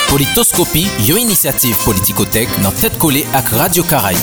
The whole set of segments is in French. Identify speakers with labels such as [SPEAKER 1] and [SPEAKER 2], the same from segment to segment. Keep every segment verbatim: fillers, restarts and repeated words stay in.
[SPEAKER 1] Politoscopie, une initiative politicothèque dans tête collée avec Radio Caraïbe.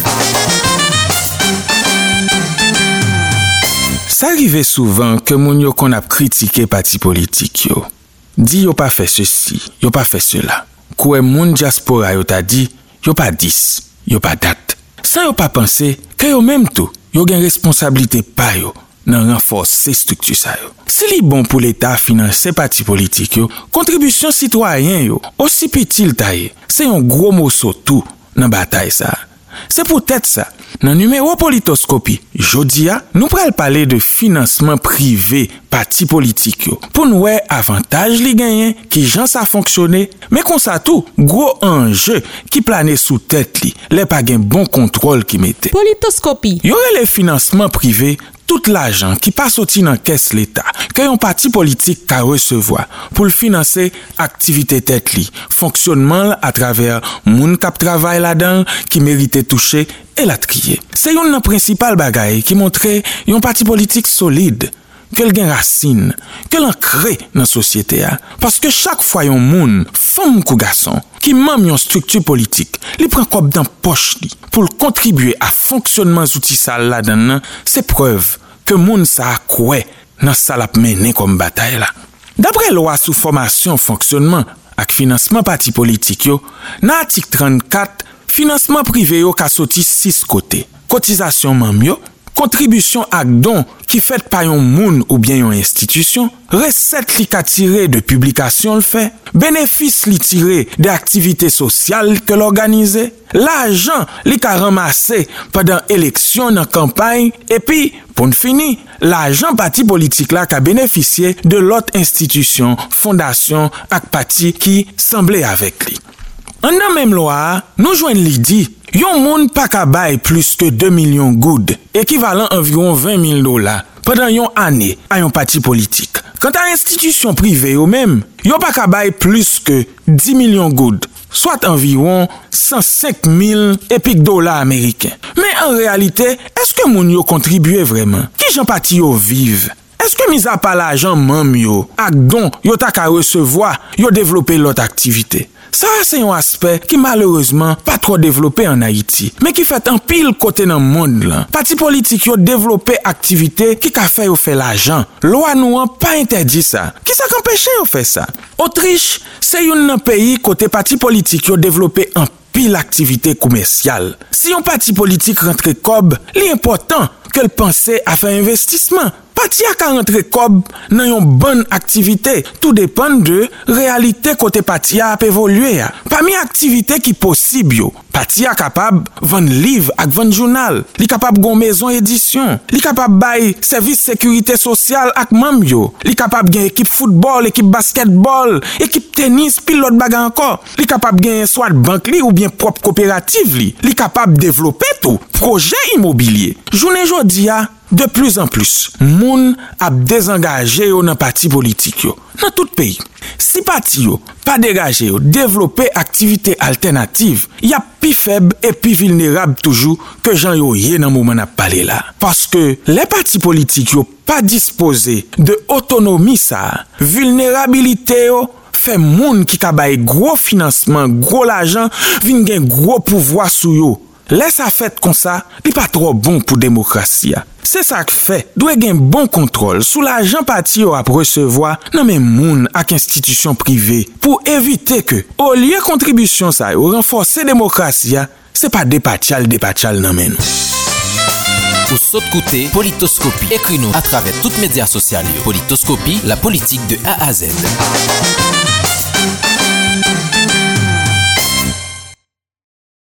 [SPEAKER 2] Ça arrive souvent que moun yo qu'on a critiqué parti politique yo. Dit yo pas fait ceci, yo pas fait cela. Koué moun diaspora yo t'a dit, yo pas dix, yo pas date. Sans yo pas penser que yo même tout, yo gen responsabilité pa yo nan renforcer structure ça yo. Si li bon pour l'état financer parti politique yo, contribution citoyen yo, aussi petit taille, c'est un gros morceau tout dans bataille ça. C'est peut-être ça. Dans le numéro Politoscopie, jodia, nous pral parler de financement privé parti politique yo. Pour nous voir avantage li gagnent, qui gens ça fonctionner, mais comme ça tout, gros enjeu qui plane sous tête li, les pas gen bon contrôle qui mette.
[SPEAKER 3] Politoscopie.
[SPEAKER 2] Y aurait les financements privés, tout l'argent qui passe au dans caisse l'État, qu'un parti politique ka recevoir pour le financer activité tête li, fonctionnement à travers moun k'ap travail là-dedans qui mérite toucher et la trier. C'est une principale bagaille qui montre un parti politique solide, qu'elle gen racine, qu'elle ancré dans la société a. Parce que chaque fois yon moun, femme ou garçon, qui même yon structure politique, li prend comme dans poche li pour contribuer à fonctionnement outils sale là-dedans, c'est preuve que moun sa koué dans ça la mené comme bataille là. D'après loi sous formation fonctionnement ak financement parti politique yo, dans article trente-quatre, financement privé yo ka sorti six côtés. Cotisation mam yo, contribution ak don qui fait par yon moun ou bien yon institution, recette li ka tiré de publication le fait, bénéfice li tiré de activités sociales que l'organise, l'argent li ka ramassé pendant élection dans campagne et puis pour finir, l'argent parti politique là ka bénéficié de l'autre institution, fondation ak parti qui semblait avec lui. En dans même loi, nous joignent li dit yon moun pa ka bay plus que deux millions goud, équivalent environ vingt mille dollars, pendant yon année à yon parti politique. Quant à institution privée yo même, yon pa ka bay plus que dix millions goud, soit environ cent cinq mille épiques dollars américains. Mais en réalité, est-ce que moun yo contribue vraiment? Qui jan parti yo vive? Est-ce que mis à part l'argent mam yo, ak don yo ta ka recevoir, yo développer l'autre activité? Ça, c'est un aspect qui malheureusement pas trop développé en Haïti, mais qui fait un pile côté dans le monde là. Parti politique yo développé activité qui ka fait yo fait l'argent. Loi nous an pas interdit ça. Qui ça qu'empêche yo fait ça? Autriche, c'est un pays côté parti politique yo développé un pile activité commerciale. Si un parti politique rentre cob, l'important qu'elle pense à faire investissement. Parti a ka rentre cob nan yon bonne activité, tout dépend de réalité côté parti a évoluer. Parmi activité qui possible yo, parti a capable vendre livre ak vendre journal, li capable gon maison édition, li capable bay service sécurité sociale ak mam yo, li capable gen équipe football, équipe basketball, équipe tennis, pilote baga encore, li capable gen soit banque li ou bien propre coopérative li, li capable développer tout projet immobilier. Journée jodi a de plus en plus, moun a désengagé yo dans parti politique yo, dans tout pays. Si parti yo pas dégagé yo, développer activité alternative, y a plus faible et plus vulnérable toujours que Jean yo yé dans moment n'a parlé là. Parce que les partis politiques yo pas disposé de autonomie ça, vulnérabilité yo fait moun qui ka bay gros financement, gros l'argent, vinn gen gros pouvoir sou yo. Laisse à fait comme ça, li pas trop bon pour démocratie. C'est ça que fait, doit gen bon contrôle sous l'argent parti yo a recevoir nan men moun ak institution privée pour éviter que au lieu contribution ça yo renforcer démocratie, c'est pas dépatial dépatial nan men.
[SPEAKER 1] Pour saute côté Politoscopie, écris-nous à travers toutes médias sociaux. Politoscopie, la politique de A à Z.